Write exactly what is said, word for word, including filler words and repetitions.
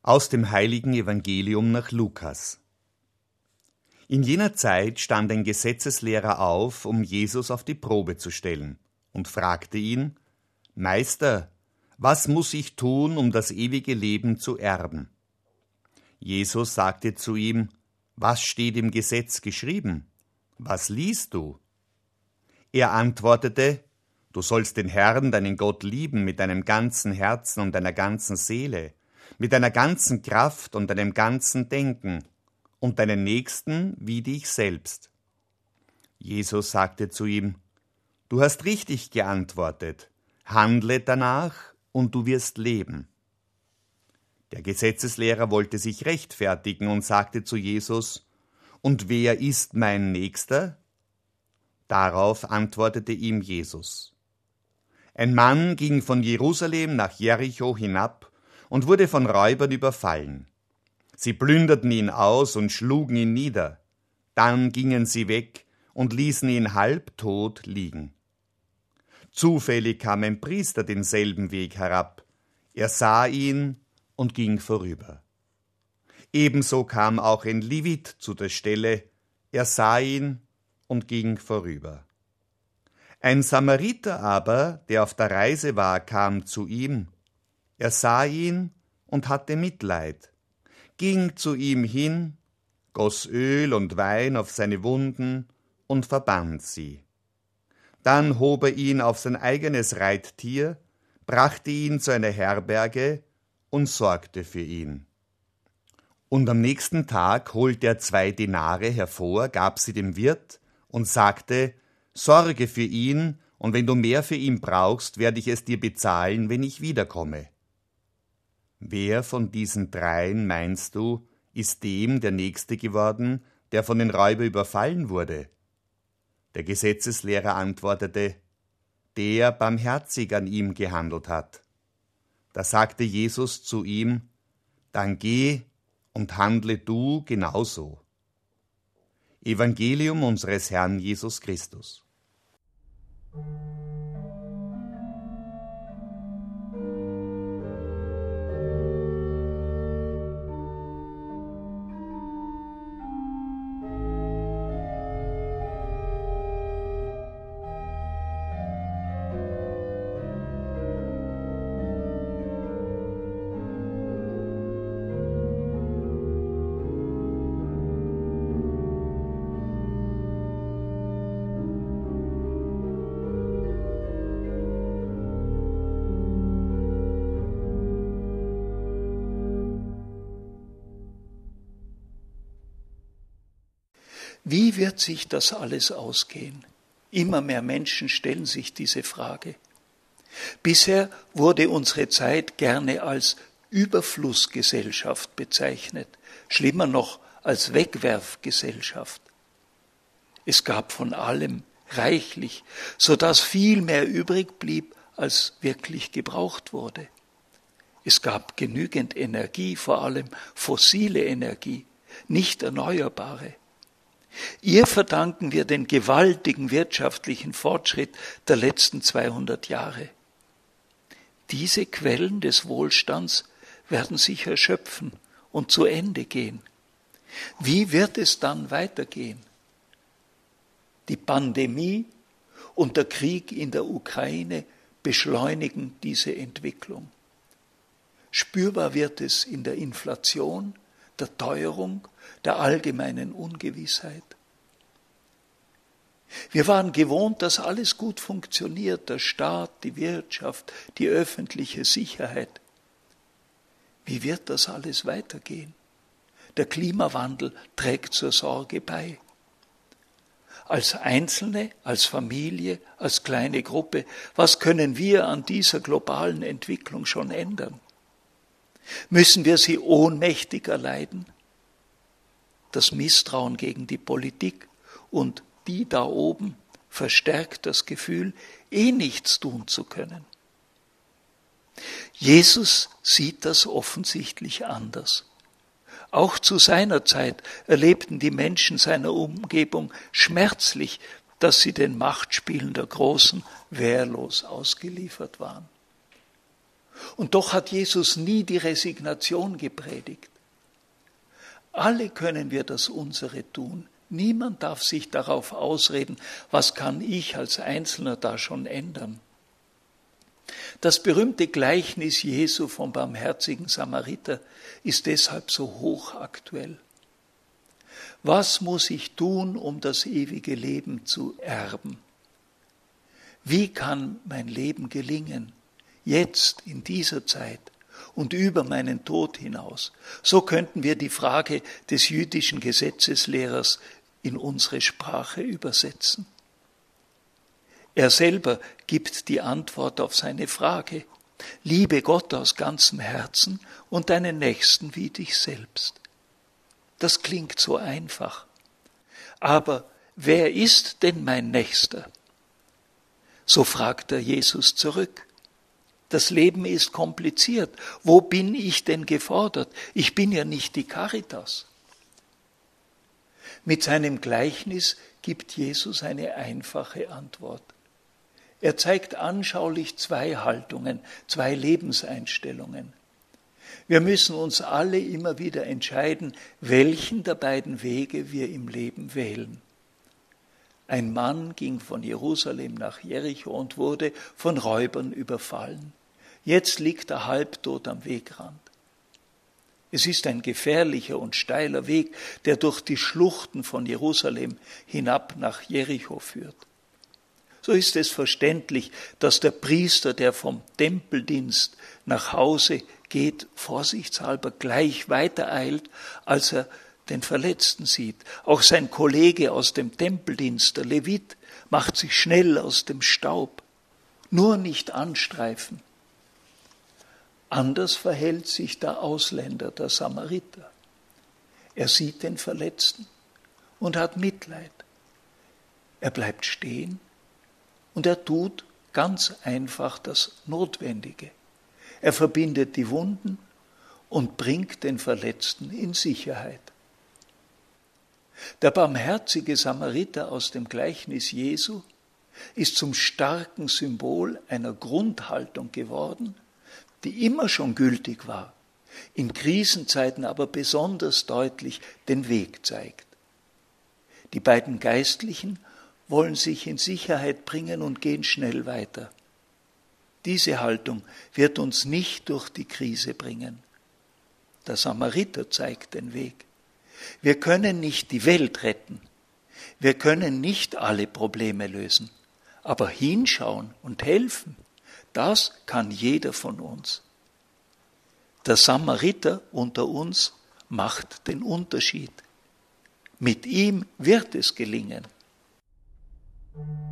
Aus dem heiligen Evangelium nach Lukas. In jener Zeit stand ein Gesetzeslehrer auf, um Jesus auf die Probe zu stellen, und fragte ihn: Meister, was muss ich tun, um das ewige Leben zu erben? Jesus sagte zu ihm: Was steht im Gesetz geschrieben? Was liest du? Er antwortete: Du sollst den Herrn, deinen Gott, lieben mit deinem ganzen Herzen und deiner ganzen Seele, mit deiner ganzen Kraft und deinem ganzen Denken und deinen Nächsten wie dich selbst. Jesus sagte zu ihm: Du hast richtig geantwortet, handle danach und du wirst leben. Der Gesetzeslehrer wollte sich rechtfertigen und sagte zu Jesus: Und wer ist mein Nächster? Darauf antwortete ihm Jesus: Ein Mann ging von Jerusalem nach Jericho hinab und wurde von Räubern überfallen. Sie plünderten ihn aus und schlugen ihn nieder. Dann gingen sie weg und ließen ihn halbtot liegen. Zufällig kam ein Priester denselben Weg herab. Er sah ihn und ging vorüber. Ebenso kam auch ein Levit zu der Stelle. Er sah ihn und ging vorüber. Ein Samariter aber, der auf der Reise war, kam zu ihm. Er sah ihn und hatte Mitleid, ging zu ihm hin, goss Öl und Wein auf seine Wunden und verband sie. Dann hob er ihn auf sein eigenes Reittier, brachte ihn zu einer Herberge und sorgte für ihn. Und am nächsten Tag holte er zwei Denare hervor, gab sie dem Wirt und sagte: Sorge für ihn, und wenn du mehr für ihn brauchst, werde ich es dir bezahlen, wenn ich wiederkomme. Wer von diesen dreien, meinst du, ist dem der Nächste geworden, der von den Räubern überfallen wurde? Der Gesetzeslehrer antwortete: Der barmherzig an ihm gehandelt hat. Da sagte Jesus zu ihm: Dann geh und handle du genauso. Evangelium unseres Herrn Jesus Christus. Wie wird sich das alles ausgehen? Immer mehr Menschen stellen sich diese Frage. Bisher wurde unsere Zeit gerne als Überflussgesellschaft bezeichnet, schlimmer noch als Wegwerfgesellschaft. Es gab von allem reichlich, sodass viel mehr übrig blieb, als wirklich gebraucht wurde. Es gab genügend Energie, vor allem fossile Energie, nicht erneuerbare. Ihr verdanken wir den gewaltigen wirtschaftlichen Fortschritt der letzten zweihundert Jahre. Diese Quellen des Wohlstands werden sich erschöpfen und zu Ende gehen. Wie wird es dann weitergehen? Die Pandemie und der Krieg in der Ukraine beschleunigen diese Entwicklung. Spürbar wird es in der Inflation, der Teuerung, der allgemeinen Ungewissheit. Wir waren gewohnt, dass alles gut funktioniert, der Staat, die Wirtschaft, die öffentliche Sicherheit. Wie wird das alles weitergehen? Der Klimawandel trägt zur Sorge bei. Als Einzelne, als Familie, als kleine Gruppe, was können wir an dieser globalen Entwicklung schon ändern? Müssen wir sie ohnmächtig erleiden? Das Misstrauen gegen die Politik und die da oben verstärkt das Gefühl, eh nichts tun zu können. Jesus sieht das offensichtlich anders. Auch zu seiner Zeit erlebten die Menschen seiner Umgebung schmerzlich, dass sie den Machtspielen der Großen wehrlos ausgeliefert waren. Und doch hat Jesus nie die Resignation gepredigt. Alle können wir das Unsere tun. Niemand darf sich darauf ausreden, was kann ich als Einzelner da schon ändern. Das berühmte Gleichnis Jesu vom barmherzigen Samariter ist deshalb so hochaktuell. Was muss ich tun, um das ewige Leben zu erben? Wie kann mein Leben gelingen, jetzt in dieser Zeit und über meinen Tod hinaus? So könnten wir die Frage des jüdischen Gesetzeslehrers in unsere Sprache übersetzen. Er selber gibt die Antwort auf seine Frage. Liebe Gott aus ganzem Herzen und deinen Nächsten wie dich selbst. Das klingt so einfach. Aber wer ist denn mein Nächster? So fragt er Jesus zurück. Das Leben ist kompliziert. Wo bin ich denn gefordert? Ich bin ja nicht die Caritas. Mit seinem Gleichnis gibt Jesus eine einfache Antwort. Er zeigt anschaulich zwei Haltungen, zwei Lebenseinstellungen. Wir müssen uns alle immer wieder entscheiden, welchen der beiden Wege wir im Leben wählen. Ein Mann ging von Jerusalem nach Jericho und wurde von Räubern überfallen. Jetzt liegt er halbtot am Wegrand. Es ist ein gefährlicher und steiler Weg, der durch die Schluchten von Jerusalem hinab nach Jericho führt. So ist es verständlich, dass der Priester, der vom Tempeldienst nach Hause geht, vorsichtshalber gleich weitereilt, als er den Verletzten sieht. Auch sein Kollege aus dem Tempeldienst, der Levit, macht sich schnell aus dem Staub. Nur nicht anstreifen. Anders verhält sich der Ausländer, der Samariter. Er sieht den Verletzten und hat Mitleid. Er bleibt stehen und er tut ganz einfach das Notwendige. Er verbindet die Wunden und bringt den Verletzten in Sicherheit. Der barmherzige Samariter aus dem Gleichnis Jesu ist zum starken Symbol einer Grundhaltung geworden, die immer schon gültig war, in Krisenzeiten aber besonders deutlich den Weg zeigt. Die beiden Geistlichen wollen sich in Sicherheit bringen und gehen schnell weiter. Diese Haltung wird uns nicht durch die Krise bringen. Der Samariter zeigt den Weg. Wir können nicht die Welt retten. Wir können nicht alle Probleme lösen. Aber hinschauen und helfen, das kann jeder von uns. Der Samariter unter uns macht den Unterschied. Mit ihm wird es gelingen.